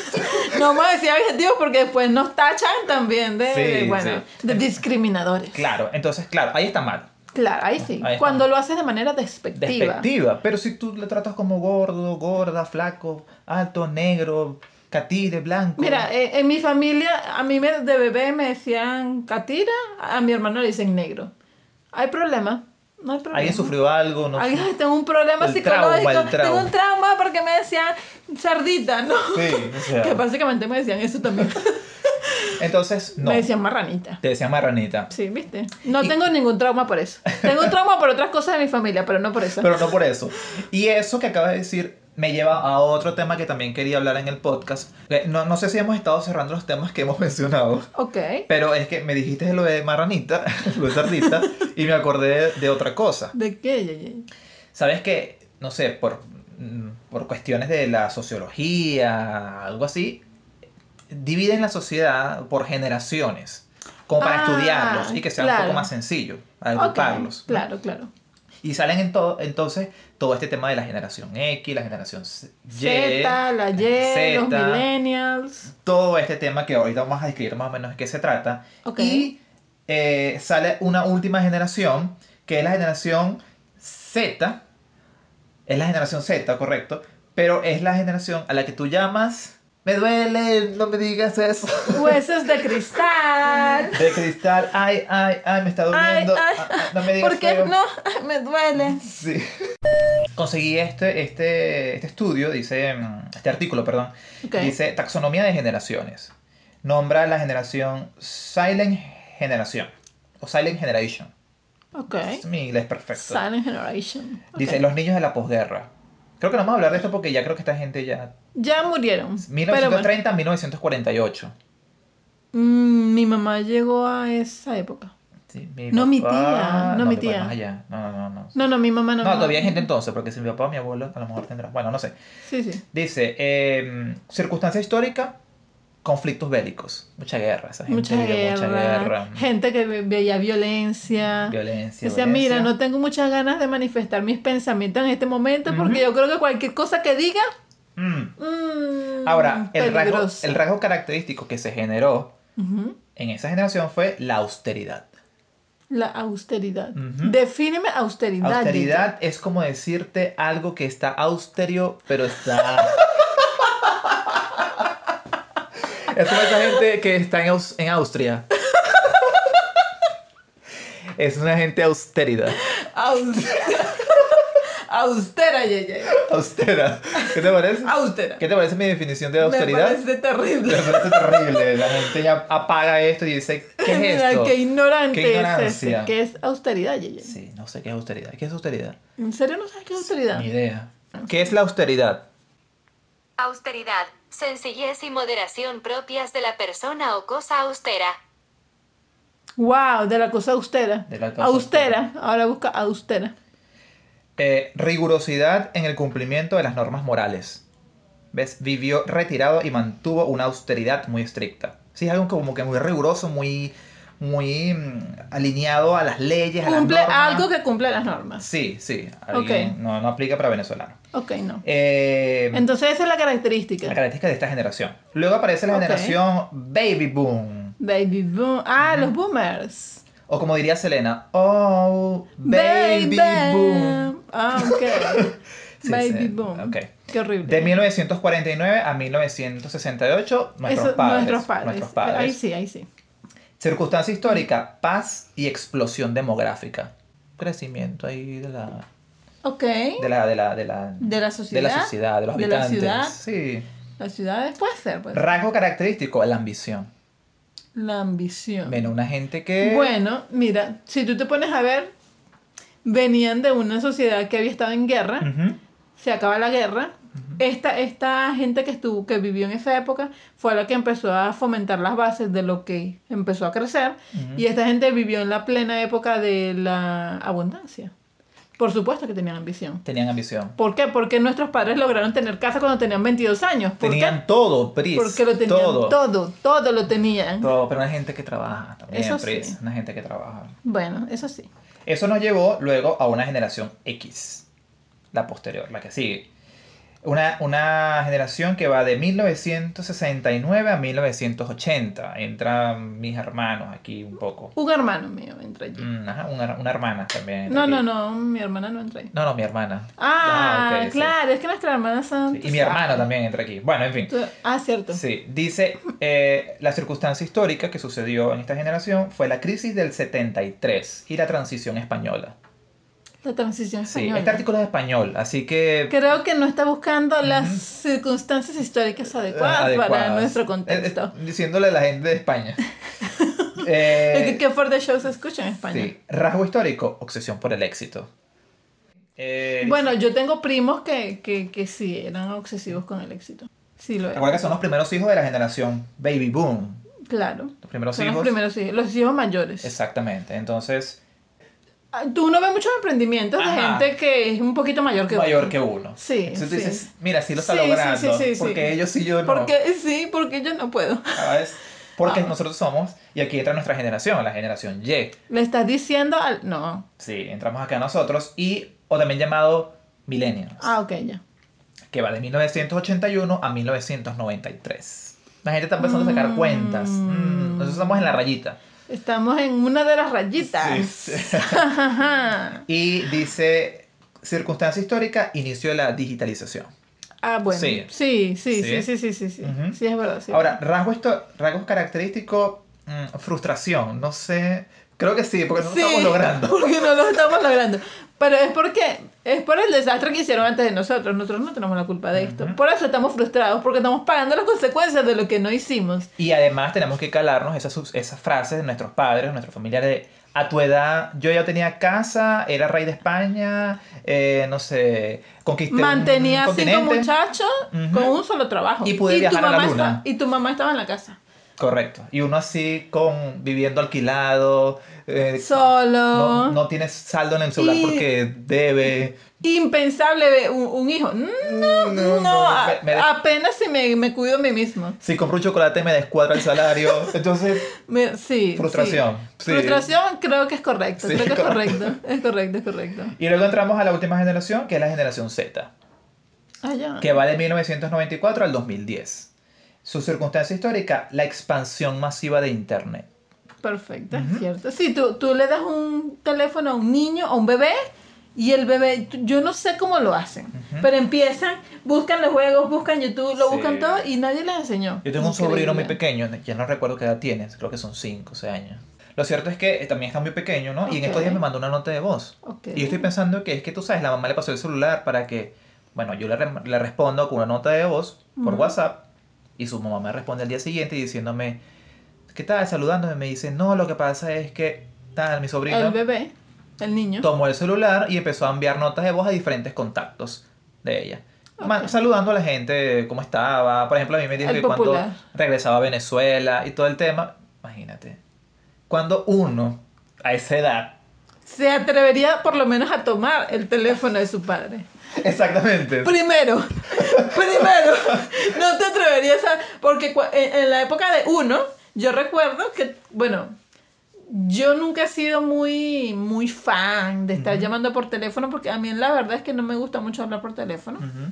No vamos a decir adjetivos porque después nos tachan también de, Sí, bueno, sí. de discriminadores. Claro, entonces, claro, ahí está mal. Claro, ahí sí. Ahí está Cuando mal. lo haces de manera despectiva. Despectiva. Pero si tú le tratas como gordo, gorda, flaco, alto, negro, catire, blanco. Mira, eh, en mi familia, a mí me- de bebé me decían catira, a mi hermano le dicen negro. ¿Hay problema? No hay problema. Alguien sufrió algo, no sé. Ay, tengo un problema El psicológico, trauma, el trauma. tengo un trauma porque me decían cerdita, ¿no? Sí, o sea. Que básicamente me decían eso también. Entonces, no. Me decían marranita. Te decía marranita. Sí, ¿viste? No Y- tengo ningún trauma por eso. Tengo trauma por otras cosas de mi familia, pero no por eso. Pero no por eso. Y eso que acabas de decir me lleva a otro tema que también quería hablar en el podcast. Eh, No, no sé si hemos estado cerrando los temas que hemos mencionado. Ok. Pero es que me dijiste lo de marranita, lo de cerdita, y me acordé de, de otra cosa. ¿De qué, Yeye? Sabes que, no sé, por, mm, por cuestiones de la sociología, algo así, dividen la sociedad por generaciones, como para Ah, estudiarlos y que sea un claro. poco más sencillo Ok, agruparlos. ¿no? claro, claro. Y salen en todo, entonces todo este tema de la generación X, la generación Z, Z, la Y, Z, los millennials. todo este tema que ahorita vamos a describir más o menos de qué se trata. Ok. Y eh, sale una última generación, que es la generación Z, es la generación Z, correcto, pero es la generación a la que tú llamas, me duele, no me digas eso, Huesos de cristal. de cristal, ay, ay, ay, me está Ay, doliendo, ay. ah, ah, no me digas ¿Por qué feo. no? Me duele. Sí. Conseguí este, este, este estudio, dice, mm, este artículo, perdón, Ok. dice taxonomía de generaciones. Nombra la generación Silent Generation o Silent Generation. Ok. Es mi inglés perfecto. Silent Generation. Ok. Dice los niños de la posguerra. Creo que no vamos a hablar de esto porque ya creo que esta gente ya... Ya murieron. Pero mil novecientos bueno. treinta a mil novecientos cuarenta y ocho. Mm, mi mamá llegó a esa época. Sí, mi No, mi papá- tía, no, mi te voy tía. más allá. No, no, no. No, No, no, mi mamá no. No, mi todavía hay mamá- gente entonces, porque si mi papá o mi abuelo a lo mejor tendrá... Bueno, no sé. Sí, sí. Dice, eh, circunstancia histórica, conflictos bélicos. Mucha guerra, esa gente Mucha vivió guerra, mucha guerra. gente que ve- veía violencia. Violencia, Decía, violencia. mira, no tengo muchas ganas de manifestar mis pensamientos en este momento porque Ujú. yo creo que cualquier cosa que diga, Mm. mm, Ahora, el rasgo, peligrosa. el rasgo característico que se generó Ujú. en esa generación fue la austeridad. La austeridad. Ujú. Defíneme austeridad. Austeridad es como decirte algo que está austerio, pero está... Es como esa gente que está en, Aus- en Austria. Es una gente austeridad. Aus- Austera, Yeye. Austera. ¿Qué te parece? Austera. ¿Qué te parece mi definición de Me austeridad? parece terrible. Me parece terrible. La gente ya apaga esto y dice, ¿qué es Mira, esto? qué ignorante Qué es ignorancia. ese. ¿Qué es austeridad, Yeye? Sí, no sé qué es austeridad. ¿Qué es austeridad? ¿En serio no sabes qué es austeridad? Ni idea. ¿Qué es la austeridad? Austeridad, sencillez y moderación propias de la persona o cosa austera. Wow, de la cosa austera. De la cosa austera. Ahora busca austera. Eh, rigurosidad en el cumplimiento de las normas morales. ¿Ves? Vivió retirado y mantuvo una austeridad muy estricta. Sí, es algo como que muy riguroso, muy, muy mm, alineado a las leyes, a las Cumple normas. algo que cumple las normas. Sí, sí. alguien- Ok. No, no aplica para venezolanos. Ok, no. Eh, Entonces esa es la característica. la característica de esta generación. Luego aparece la Ok. generación Baby Boom. Baby boom. Ah, los boomers. O como diría Selena, oh, Baby, Boom. Ah, ok. Sí, Baby sí, boom. ok. Qué horrible. De mil novecientos cuarenta y nueve a mil novecientos sesenta y ocho, nuestros Eso, padres. Nuestros padres. Nuestros padres. Ahí sí, ahí sí. Circunstancia histórica, paz y explosión demográfica. Crecimiento ahí de la... Ok. De la, de la, de la, De la sociedad. de la sociedad, de los De la habitantes. ciudad. Sí. Las ciudades puede ser, pues. Rasgo característico, la ambición. La ambición. Ven, una gente que... Bueno, mira, si tú te pones a ver, venían de una sociedad que había estado en guerra, Ujú. se acaba la guerra. Esta, esta gente que estuvo, que vivió en esa época, fue la que empezó a fomentar las bases de lo que empezó a crecer. Ujú. Y esta gente vivió en la plena época de la abundancia. Por supuesto que tenían ambición. Tenían ambición. ¿Por qué? Porque nuestros padres lograron tener casa cuando tenían veintidós años. ¿Por Tenían qué? todo, Pris. Porque lo tenían todo. todo, todo, lo tenían. Todo, pero una gente que trabaja también, Eso Pris. sí. Una gente que trabaja. Bueno, eso sí. Eso nos llevó luego a una generación X. La posterior, la que sigue. Una, una generación que va de mil novecientos sesenta y nueve a mil novecientos ochenta. Entran mis hermanos aquí un poco. Un hermano mío entra allí. Mm, ajá, una, una hermana también entra No, no, aquí. no, mi hermana no entra ahí. No, no, mi hermana. Ah, ok, sí. claro, es que nuestras hermanas son... Sí, tú y mi hermano sabes. también entra aquí. Bueno, en fin. Tú- Ah, cierto. Sí, dice, eh, la circunstancia histórica que sucedió en esta generación fue la crisis del setenta y tres y la transición española. La transición Sí, española. este artículo es español, así que... Creo que no está buscando las Ujú. circunstancias históricas eh, adecuadas, para adecuadas. nuestro Eh, contexto. eh, diciéndole a la gente de España. Es Eh, que qué for the show se escucha en España. sí, rasgo histórico, obsesión por el éxito. Eh, Bueno, yo tengo primos que, que, que sí eran obsesivos con el éxito. Sí, lo recuerda eran. que son los primeros hijos de la generación Baby Boom. Claro. Los primeros Son los hijos. primeros hijos, los hijos mayores. Exactamente, entonces, Ah, Tú no ves muchos emprendimientos de Ajá. gente que es un poquito mayor que mayor uno. que uno. Sí, Entonces tú sí. dices, mira, sí lo está Sí, sí, logrando. sí, sí, sí. Porque ellos sí, yo no. Porque sí, porque yo no puedo. ¿Sabes? Porque Ah. nosotros somos, y aquí entra nuestra generación, la generación Y. Le estás diciendo al... No. Sí, entramos acá nosotros, y, o también llamado millennials, Ah, ok, ya. que va de mil novecientos ochenta y uno a mil novecientos noventa y tres. La gente está empezando a sacar Mm. cuentas. Mm, nosotros estamos en la rayita. Estamos en una de las rayitas. Sí, sí. Y dice, circunstancia histórica, inicio de la digitalización. Ah, bueno. Sí. Sí, sí, Sí. sí, sí, sí, sí, sí. Ujú. Sí, es verdad. Sí, Ahora, rasgo esto, rasgos característicos, mm, frustración, no sé, creo que sí, porque no lo Sí, estamos logrando. porque no lo estamos logrando. Pero es porque es por el desastre que hicieron antes de nosotros. Nosotros no tenemos la culpa de esto. Ujú. Por eso estamos frustrados, porque estamos pagando las consecuencias de lo que no hicimos. Y además tenemos que calarnos esas, sus- esas frases de nuestros padres, de nuestros familiares de, a tu edad yo ya tenía casa, era rey de España, eh, no sé, conquisté Mantenía un a cinco continente. muchachos Ujú. con un solo trabajo. Y pude tu viajar a la mamá luna. esta- y tu mamá estaba en la casa. Correcto. Y uno así con viviendo alquilado, eh, Solo. no, no tienes saldo en el celular Y- porque debe. Impensable ver un, un hijo. No, No, no, no, a- me- me- apenas si me, me cuido a mí mismo. Si compro un chocolate me descuadra el salario. Entonces, Me- sí. Frustración, sí. sí. Frustración creo que es correcto. Sí, creo que es correcto. correcto. Es correcto, es correcto. y luego entramos a la última generación, que es la generación Z, Ah, ya. que va de mil novecientos noventa y cuatro al dos mil diez. Su circunstancia histórica, la expansión masiva de Internet. Perfecto, Ujú. cierto. Sí, tú, tú le das un teléfono a un niño, a un bebé, y el bebé, tú- yo no sé cómo lo hacen, Ujú. pero empiezan, buscan los juegos, buscan YouTube, lo Sí. buscan todo y nadie les enseñó. Yo tengo un sobrino muy Increíble. pequeño, ya no recuerdo qué edad tiene, creo que son cinco o seis años. Lo cierto es que eh, también está muy pequeño, ¿no? Y en estos Ok. días me mandó una nota de voz. Ok. Y yo estoy pensando que es que tú sabes, la mamá le pasó el celular para que, bueno, yo le, re- le respondo con una nota de voz por Ujú. WhatsApp y su mamá me responde al día siguiente diciéndome, ¿qué tal? Saludándome, me dice, no, lo que pasa es que, tal, mi sobrino El bebé, el niño. tomó el celular y empezó a enviar notas de voz a diferentes contactos de ella. Ma- Ok. Saludando a la gente, cómo estaba. Por ejemplo, a mí me dijo El que cuando popular. regresaba a Venezuela y todo el tema. Imagínate. Cuando uno, a esa edad, Se atrevería por lo menos a tomar el teléfono de su padre. exactamente. Primero, primero, no te atreverías a... Porque cua- en, en la época de uno, yo recuerdo que, bueno, yo nunca he sido muy, muy fan de estar Ujú. llamando por teléfono, porque a mí la verdad es que no me gusta mucho hablar por teléfono. Ujú.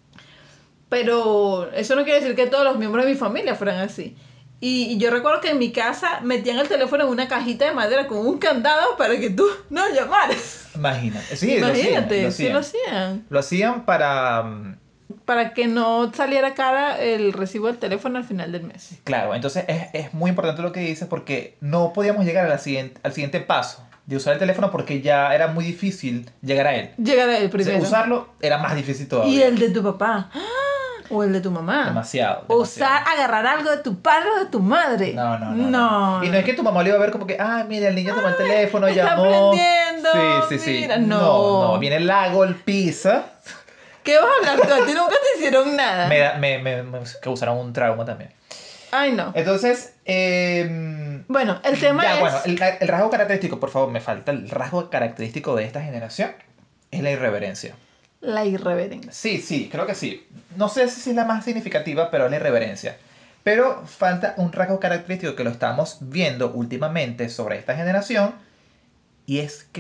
Pero eso no quiere decir que todos los miembros de mi familia fueran así. Y, y yo recuerdo que en mi casa metían el teléfono en una cajita de madera con un candado para que tú no llamaras. Imagínate. Sí, lo hacían, Imagínate, lo sí hacían. lo hacían. Lo hacían para... mm, Para que no saliera cara el recibo del teléfono al final del mes. Claro, entonces es, es muy importante lo que dices porque no podíamos llegar a la siguiente, al siguiente paso de usar el teléfono porque ya era muy difícil llegar a él. Llegar a él O sea, primero. usarlo era más difícil todavía. Y el de tu papá. ¡Ah! O el de tu mamá. Demasiado. Usar, demasiado. agarrar algo de tu padre o de tu madre. No, no, no, No. no. Y no es que tu mamá le iba a ver como que, ah, mira, el niño tomó el teléfono, está llamó. aprendiendo, Sí, sí, sí. mira, no. no. no, viene la golpiza. ¿Qué vas a hablar tú? A ti nunca te hicieron nada. Me, da- me, me, me causaron un trauma también. Ay, no. Entonces, eh, Bueno, el tema ya, es... bueno, el, el rasgo característico, por favor, me falta el rasgo característico de esta generación, es la irreverencia. La irreverencia. Sí, sí, creo que sí. No sé si es la más significativa, pero es la irreverencia. Pero falta un rasgo característico que lo estamos viendo últimamente sobre esta generación, y es que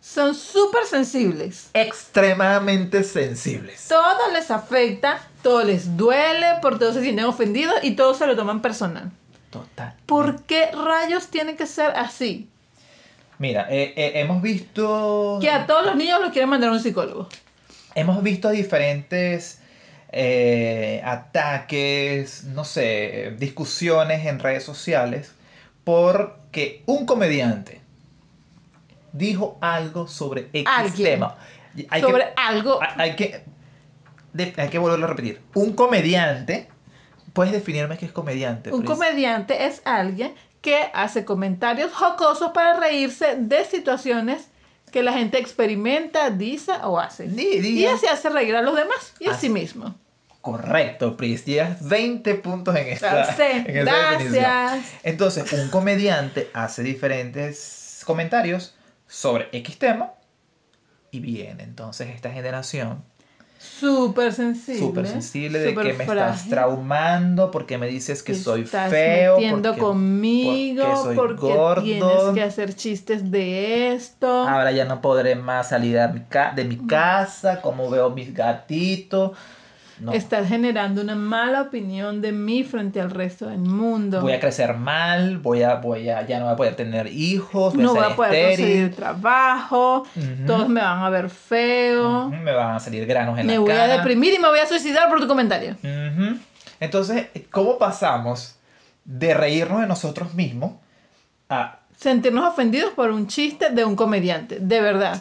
son súper sensibles. Extremadamente sensibles. Todo les afecta, todo les duele, por todo se sienten ofendidos y todo se lo toman personal. Total. ¿Por qué rayos tiene que ser así? Mira, eh, eh, hemos visto... Que a todos los niños los quieren mandar a un psicólogo. Hemos visto diferentes eh, ataques, no sé, discusiones en redes sociales porque un comediante dijo algo sobre X Alguien. tema. Hay Sobre que, algo. hay, hay que, de- hay que volverlo a repetir. Un comediante, ¿puedes definirme qué es comediante? Un Pris? comediante es alguien que hace comentarios jocosos para reírse de situaciones que la gente experimenta, dice o hace. Di- di- Y así hace reír a los demás y a Así. sí mismo. Correcto, Pris. Llevas veinte puntos en esta, A usted. en esta definición. Gracias. Entonces, un comediante hace diferentes comentarios sobre X tema y viene entonces esta generación Súper sensible. súper sensible de súper que me estás frágil. traumando porque me dices que Te soy estás feo, metiendo porque, conmigo, porque soy porque gordo. tienes que hacer chistes de esto. Ahora ya no podré más salir a mi ca- de mi casa, como veo mis gatitos. No. Estás generando una mala opinión de mí frente al resto del mundo. Voy a crecer mal, voy a, voy a, ya no voy a poder tener hijos, voy no a voy ser a poder estéril. conseguir trabajo, Ujú. todos me van a ver feo, Ujú, me van a salir granos en me la voy cara. a deprimir y me voy a suicidar por tu comentario. Ujú. Entonces, ¿cómo pasamos de reírnos de nosotros mismos a... Sentirnos ofendidos por un chiste de un comediante, de verdad.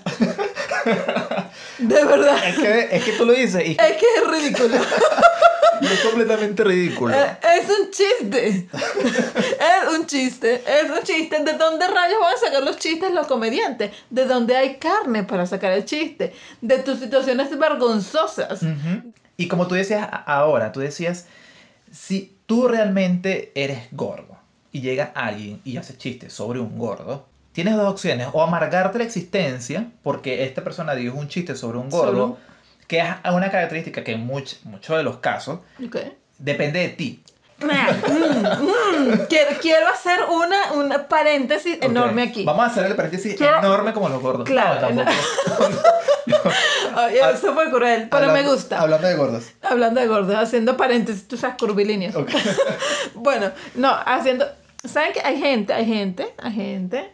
De verdad. Es que, es que tú lo dices y Es que es ridículo. es completamente ridículo. Eh, Es un chiste. Es un chiste. Es un chiste. ¿De dónde rayos van a sacar los chistes los comediantes? ¿De dónde hay carne para sacar el chiste? De tus situaciones vergonzosas. Ujú. Y como tú decías a- ahora, tú decías, si tú realmente eres gordo y llega alguien y hace chistes sobre un gordo, tienes dos opciones, o amargarte la existencia porque esta persona dijo un chiste sobre un gordo, Sobre un- que es una característica que en much- muchos de los casos Ok. depende de ti. Mm, mm, quiero, quiero hacer una, una paréntesis Ok. enorme aquí. Vamos a hacer el paréntesis Quiero- enorme como los gordos. Claro, No, tampoco. Ay, eso fue cruel, pero Hablando- me gusta. Hablando de gordos. Hablando de gordos, haciendo paréntesis, tú sabes, curvilíneos. Ok. Bueno, no, haciendo... ¿Saben que hay gente, hay gente, hay gente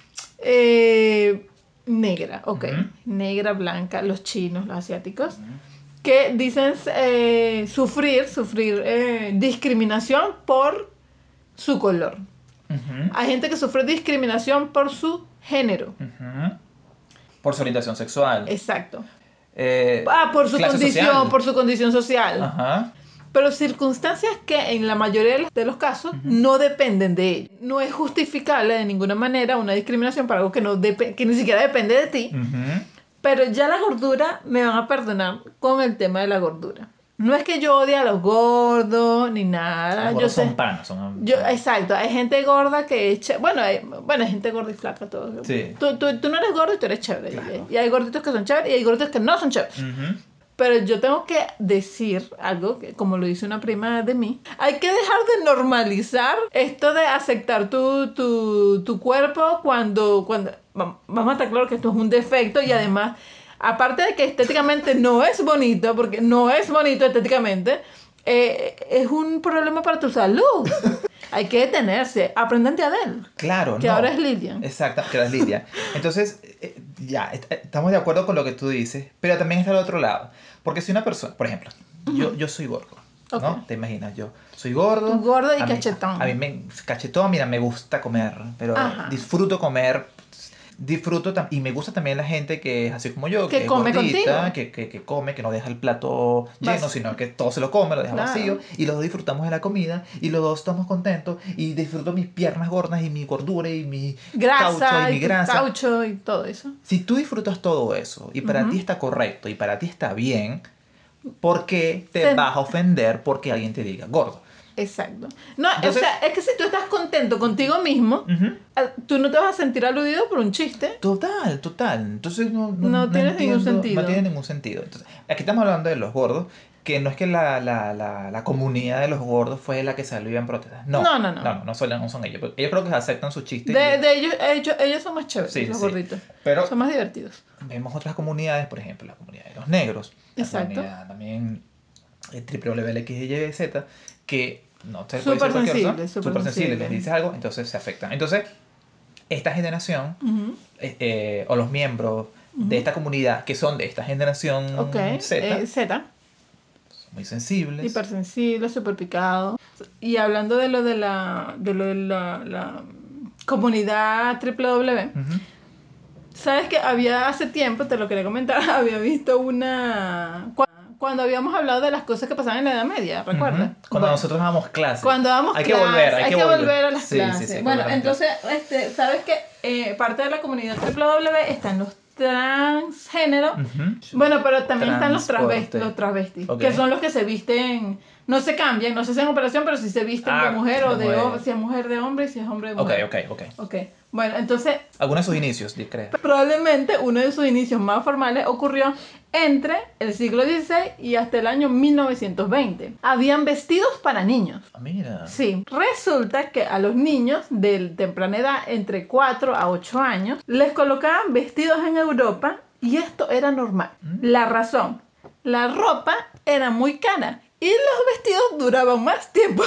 eh, negra, ok? Ujú. Negra, blanca, los chinos, los asiáticos, que dicen eh, sufrir, sufrir eh, discriminación por su color. Ujú. Hay gente que sufre discriminación por su género. Ujú. Por su orientación sexual. Exacto. Eh, Ah, por su clase condición, social. por su condición social. Ajá. Pero circunstancias que en la mayoría de los- de los casos no dependen de ello. No es justificable de ninguna manera una discriminación para algo que, no depe- que ni siquiera depende de ti. Ujú. Pero ya la gordura me van a perdonar con el tema de la gordura. No es que yo odie a los gordos ni nada. Los Yo gordos sé. son panos. Son, Yo, exacto, hay gente gorda que es ché- bueno, hay, bueno, hay gente gorda y flaca, todo. Sí. Tú, tú, tú no eres gordo y tú eres chévere. Claro. Y hay gorditos que son chéveres y hay gorditos que no son chéveres. Ujú. Pero yo tengo que decir algo, que, como lo dice una prima de mí, hay que dejar de normalizar esto de aceptar tu, tu, tu cuerpo cuando, cuando... va- Vamos a estar claro que esto es un defecto y además, aparte de que estéticamente no es bonito, porque no es bonito estéticamente, eh, es un problema para tu salud. Hay que detenerse. Aprendente a él. Claro, Que no. ahora es Lidia. Exacto, que ahora es Lidia. Entonces, eh, ya, est- estamos de acuerdo con lo que tú dices, pero también está el otro lado. Porque si una persona, por ejemplo, yo, yo soy gordo, ¿no? Ok. Te imaginas, yo soy gordo. Tú gordo y a mí- cachetón. A mí me, cachetón, mira, me gusta comer, pero Ajá. disfruto comer. Disfruto tam- y me gusta también la gente que es así como yo, Que que, es come gordita, contigo. que, que, que come, que no deja el plato lleno, Vacío. sino que todo se lo come, lo deja Claro. vacío, y los dos disfrutamos de la comida, y los dos estamos contentos, y disfruto mis piernas gordas, y mi gordura, y mi Grasa caucho, y y, mi tu grasa. caucho y todo eso. Si tú disfrutas todo eso, y para Ujú. ti está correcto, y para ti está bien, ¿por qué te Se- vas a ofender porque alguien te diga gordo? Exacto. No, Entonces- o sea, es que si tú estás contento contigo mismo, Ujú. ah, tú no te vas a sentir aludido por un chiste. Total, total. Entonces no, No tiene ningún entiendo- sentido. No tiene ningún sentido. Entonces, aquí estamos hablando de los gordos que no es que la, la, la, la comunidad de los gordos fue la que salió en protestas. No, No, no, no. no, no son, no son ellos. Ellos creo que aceptan sus chistes. De, y- de ellos, ellos, ellos son más chéveres, Sí, los sí. gorditos. Pero Son más divertidos. vemos otras comunidades, por ejemplo, la comunidad de los negros, la Exacto. comunidad también eh, triple W X Y Z, que no te puede Súper decir cualquier sensible, cosa, súper súper sensible, sensible. les dices algo, entonces se afectan. Entonces, esta generación, Ujú. eh, eh, o los miembros de esta comunidad, que son de esta generación Ok. Z, eh, Z. son muy sensibles. Hipersensible, súper picado. Y hablando de lo de la, de lo de la, la comunidad triple W, Ujú. sabes que había hace tiempo, te lo quería comentar, había visto una... cu- Cuando habíamos hablado de las cosas que pasaban en la Edad Media, ¿recuerdas? Ujú. Cuando Bueno, nosotros dábamos clases. Cuando damos hay que clases, volver, hay, hay que volver a las Sí, sí, clases. sí, hay que Bueno, volver a las entonces, este, sabes que eh, parte de la comunidad triple W están los transgénero. Ujú. Bueno, pero también están los Transporte. travestis, los travestis, Ok. que son los que se visten, no se cambian, no se hacen operación, pero sí se visten Ah, de mujer o de de mujer. hombre, si es mujer de hombre y si es hombre de Ok, mujer. ok, ok. Ok. Bueno, entonces Algunos de sus inicios, di- creo. probablemente uno de sus inicios más formales ocurrió entre el siglo dieciséis y hasta el año mil novecientos veinte. Habían vestidos para niños. Ah, mira. Sí, resulta que a los niños de temprana edad, entre cuatro a ocho años, les colocaban vestidos en Europa y esto era normal. Mm. La razón, la ropa era muy cara y los vestidos duraban más tiempo.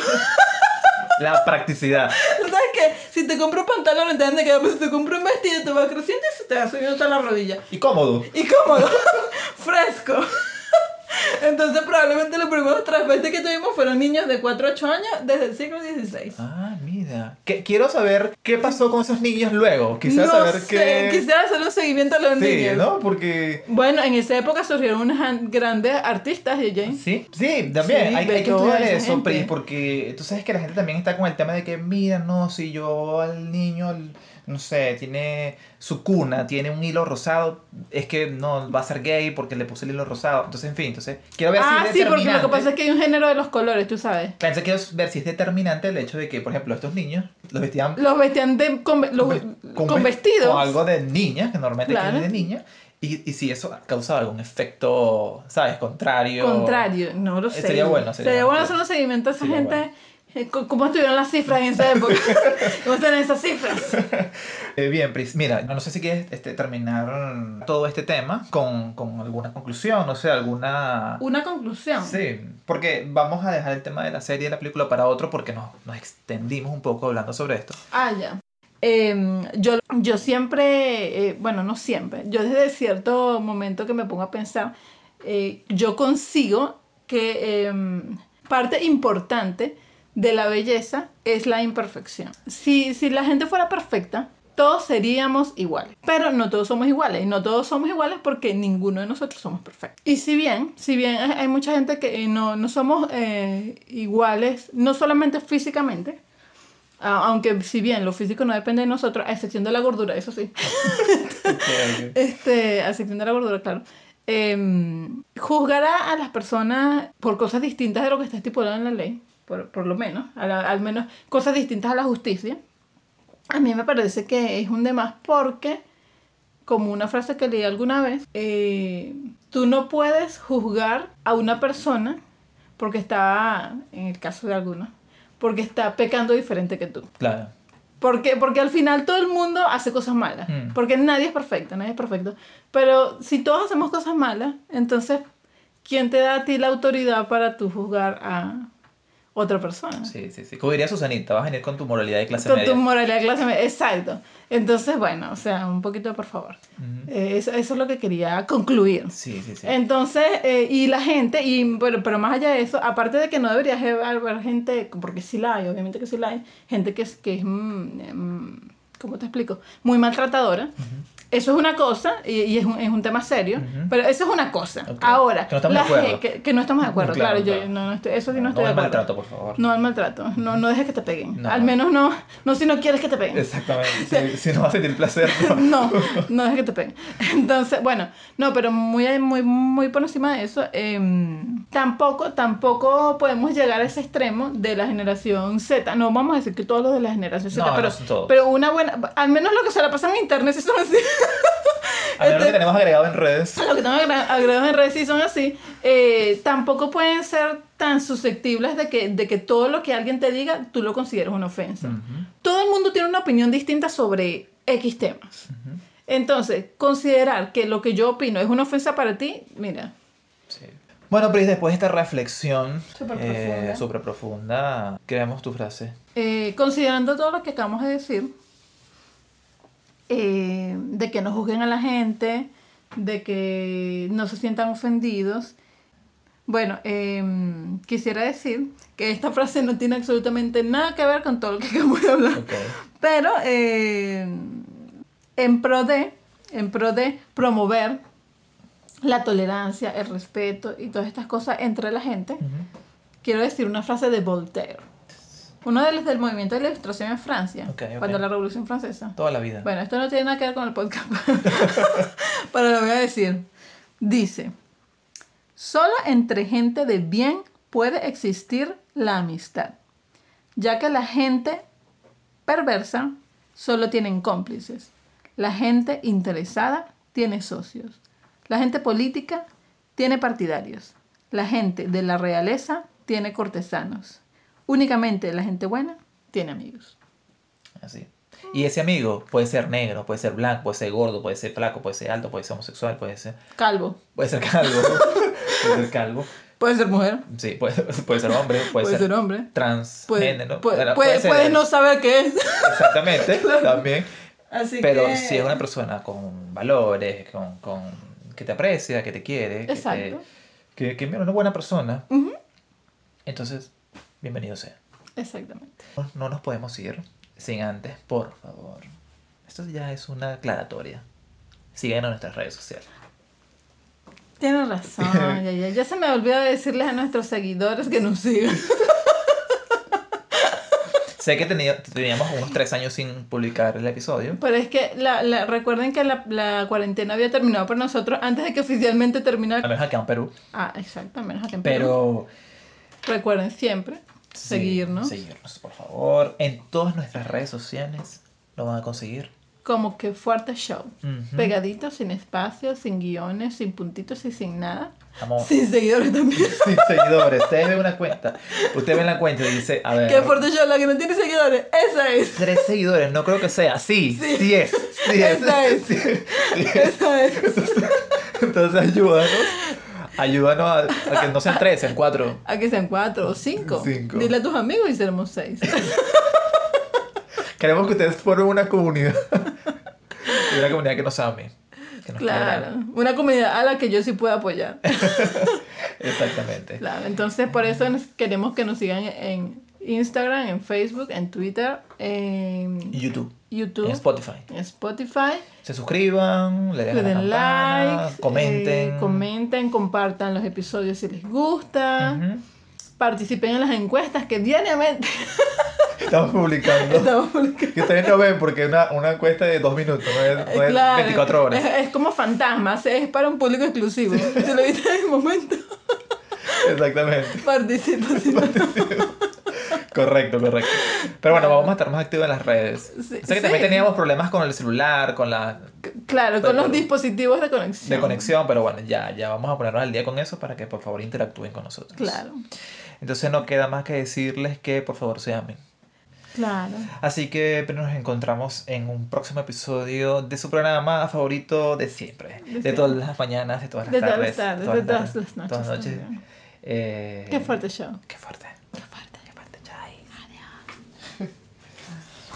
La practicidad. ¿Sabes qué? Si te compro un pantalón, entiendes que pues, si te compro un vestido, te va creciendo y se te va subiendo hasta la rodilla. Y cómodo. Y cómodo, fresco. Entonces probablemente los primeros transvestis que tuvimos fueron niños de cuatro a ocho años desde el siglo dieciséis. Ah, mira. Que- quiero saber qué pasó con esos niños luego. Quizás no saber sé, qué. quisiera hacer un seguimiento a los Sí, niños. ¿no? Porque. Bueno, en esa época surgieron unos an- grandes artistas, J J. Sí, sí, también. Sí, hay, de hay que toda estudiar esa eso, gente. Pri, porque tú sabes que la gente también está con el tema de que, mira, no, si yo al niño, al- no sé, tiene su cuna, tiene un hilo rosado, es que no va a ser gay porque le puse el hilo rosado. Entonces, en fin, entonces, quiero ver Ah, si es sí, porque lo que determinante. pasa es que hay un género de los colores, tú sabes. Claro, entonces quiero ver si es determinante el hecho de que, por ejemplo, estos niños los vestían Los vestían de, con, ve- los- con, con ve- vestidos. con algo de niña, que normalmente Claro. es de niña, y, y si eso causa algún efecto, ¿sabes? Contrario. Contrario, no lo Eh, sé. sería bueno, sería Sería bueno bueno. hacer un seguimiento a esa Sería gente. eh, co- ¿Cómo estuvieron las cifras en esa época? ¿Cómo están esas cifras? Eh, bien, Pris, mira, no sé si quieres este, terminar todo este tema con, con alguna conclusión, no sé, alguna... Una conclusión. Sí, porque vamos a dejar el tema de la serie y la película para otro porque nos, nos extendimos un poco hablando sobre esto. Ah, ya. Em, yo, yo siempre, eh, bueno, no siempre, yo desde cierto momento que me pongo a pensar, eh, yo consigo que em, parte importante de la belleza es la imperfección. Si, si la gente fuera perfecta, todos seríamos iguales, pero no todos somos iguales, y no todos somos iguales porque ninguno de nosotros somos perfectos. Y si bien, si bien hay hay mucha gente que eh, no, no somos eh, iguales, no solamente físicamente, a- aunque si bien lo físico no depende de nosotros, a excepción de la gordura, eso sí, este, a excepción de la gordura, claro, em, juzgará a las personas por cosas distintas de lo que está estipulado en la ley, por, por lo menos, a la- al menos cosas distintas a la justicia. A mí me parece que es un demás porque, como una frase que leí alguna vez, eh, tú no puedes juzgar a una persona porque está, en el caso de algunos, porque está pecando diferente que tú. Claro. Porque, porque al final todo el mundo hace cosas malas. Mm. Porque nadie es perfecto, nadie es perfecto. Pero si todos hacemos cosas malas, entonces, ¿quién te da a ti la autoridad para tú juzgar a otra persona? Sí, sí, sí. Como diría Susanita, vas a venir con tu moralidad de clase Con media. tu moralidad de clase media. Exacto. Entonces, bueno, o sea, un poquito, por favor. Ujú. Eh, eso, eso es lo que quería concluir. Sí, sí, sí. Entonces, eh, y la gente, y pero, pero más allá de eso, aparte de que no debería haber gente, porque sí la hay, obviamente que sí la hay, gente que es, que es mm, mm, ¿cómo te explico? Muy maltratadora. Eso es una cosa, y, y es, un, es un tema serio, Ujú. pero eso es una cosa. Ok. Ahora, Que no estamos la de acuerdo. ge- que, que no estamos de acuerdo, Claro, claro, yo claro. no, no estoy, eso sí no No estoy de al acuerdo. maltrato, por favor. No al maltrato, no, no dejes que te peguen. No. Al menos no, no si no quieres que te peguen. Exactamente. Si, si no vas a sentir placer, no. No, no dejes que te peguen. Entonces, bueno, no, pero muy, muy, muy por encima de eso, em, tampoco, tampoco podemos llegar a ese extremo de la generación Z. No vamos a decir que todos los de la generación Z, No, pero, no son todos. pero una buena, al menos lo que se la pasan en internet sí son así. A menos Este- que tenemos agregado en redes. Los que tengo agra- agregados en redes sí son así, eh, tampoco pueden ser tan susceptibles de que, de que todo lo que alguien te diga tú lo consideres una ofensa. Ujú, Todo el mundo tiene una opinión distinta sobre X temas. ujú. Entonces, considerar que lo que yo opino es una ofensa para ti, mira, Sí. Bueno, Pris, después de esta reflexión Súper eh, profunda. súper profunda, creamos tu frase. eh, considerando todo lo que acabamos de decir, eh, de que no juzguen a la gente, de que no se sientan ofendidos. Bueno, em, quisiera decir que esta frase no tiene absolutamente nada que ver con todo lo que acabamos de hablar, Ok. pero eh, en pro de, en pro de promover la tolerancia, el respeto y todas estas cosas entre la gente, Ujú. quiero decir una frase de Voltaire, uno de los del movimiento de la Ilustración en Francia, Ok, ok. cuando la Revolución Francesa. Toda la vida. Bueno, esto no tiene nada que ver con el podcast, pero lo voy a decir. Dice, solo entre gente de bien puede existir la amistad, ya que la gente perversa solo tienen cómplices, la gente interesada tiene socios, la gente política tiene partidarios, la gente de la realeza tiene cortesanos, únicamente la gente buena tiene amigos. Así. Y ese amigo puede ser negro, puede ser blanco, puede ser gordo, puede ser flaco, puede ser alto, puede ser homosexual, puede ser, Calvo, puede ser calvo, puede ser calvo, puede ser mujer, sí, puede, puede ser hombre, puede, puede ser hombre, puede, transgénero, puede, bueno, puede- ser puedes él. no saber qué es. Exactamente, también. Así Pero que... si es una persona con valores, con, con que te aprecia, que te quiere, que, Exacto. te, que, que es una buena persona, Ujú. entonces, bienvenido sea. Exactamente. No, no nos podemos ir sin antes, por favor. Esto ya es una aclaratoria. Síguenos en nuestras redes sociales. Tienes razón, ya, ya, ya se me olvidó decirles a nuestros seguidores que nos sigan. Sé que tenía- teníamos unos tres años sin publicar el episodio. Pero es que la, la- recuerden que la, la cuarentena había terminado por nosotros antes de que oficialmente A terminara. menos acá en Perú. Ah, exacto, menos aquí en Perú. Pero Recuerden siempre sí, seguirnos seguirnos, por favor. En todas nuestras redes sociales lo van a conseguir. como que fuerte show. Ujú. Pegadito, sin espacios, sin guiones, sin puntitos y sin nada. Vamos. Sin seguidores también. Sin seguidores. Ustedes ven una cuenta. Usted ve la cuenta y dice, a ver. Que fuerte show, la que no tiene seguidores, esa es. Tres seguidores, no creo que sea. Sí, sí, es. Sí es. Esa es. Sí, sí es. Esa es. Entonces ayúdanos. Ayúdanos a, a que no sean tres, sean cuatro. A que sean cuatro o cinco. Cinco. Dile a tus amigos y seremos seis. Queremos que ustedes formen una comunidad. Y una comunidad que nos ame. Que nos Claro. quiera. Una comunidad a la que yo sí puedo apoyar. Exactamente. Claro. Entonces, por eso nos- queremos que nos sigan en Instagram, en Facebook, en Twitter, en YouTube. YouTube, En Spotify. en Spotify. Se suscriban, le Le den a la den campana, like, comenten. eh, comenten, compartan los episodios si les gusta. Ujú. Participen en las encuestas que diariamente Estamos publicando. estamos publicando. Que ustedes no ven porque es una, una encuesta de dos minutos, no es, no es Claro, veinticuatro horas. Es, es como fantasmas, es para un público exclusivo. Si lo viste en el momento, Exactamente. participa. Si no, Correcto, correcto. Pero bueno, vamos a estar más activos en las redes. Sí, sé que sí. también teníamos problemas con el celular, con la claro, con los Pero- dispositivos de conexión. de conexión, pero bueno, ya, ya vamos a ponernos al día con eso para que por favor interactúen con nosotros. Claro, Entonces no queda más que decirles que por favor se amen. claro. Así que pero nos encontramos en un próximo episodio de su programa favorito de siempre. De, siempre. todas las mañanas, de todas las De todas tardes. las tardes, todas de todas tardes, las noches todas las noches. también. Eh, Qué fuerte show. Qué fuerte. Qué fuerte. Qué fuerte, Chay.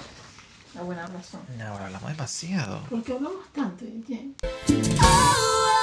La buena razón. Ahora hablamos demasiado. ¿Por qué hablamos tanto, Jen? Oh,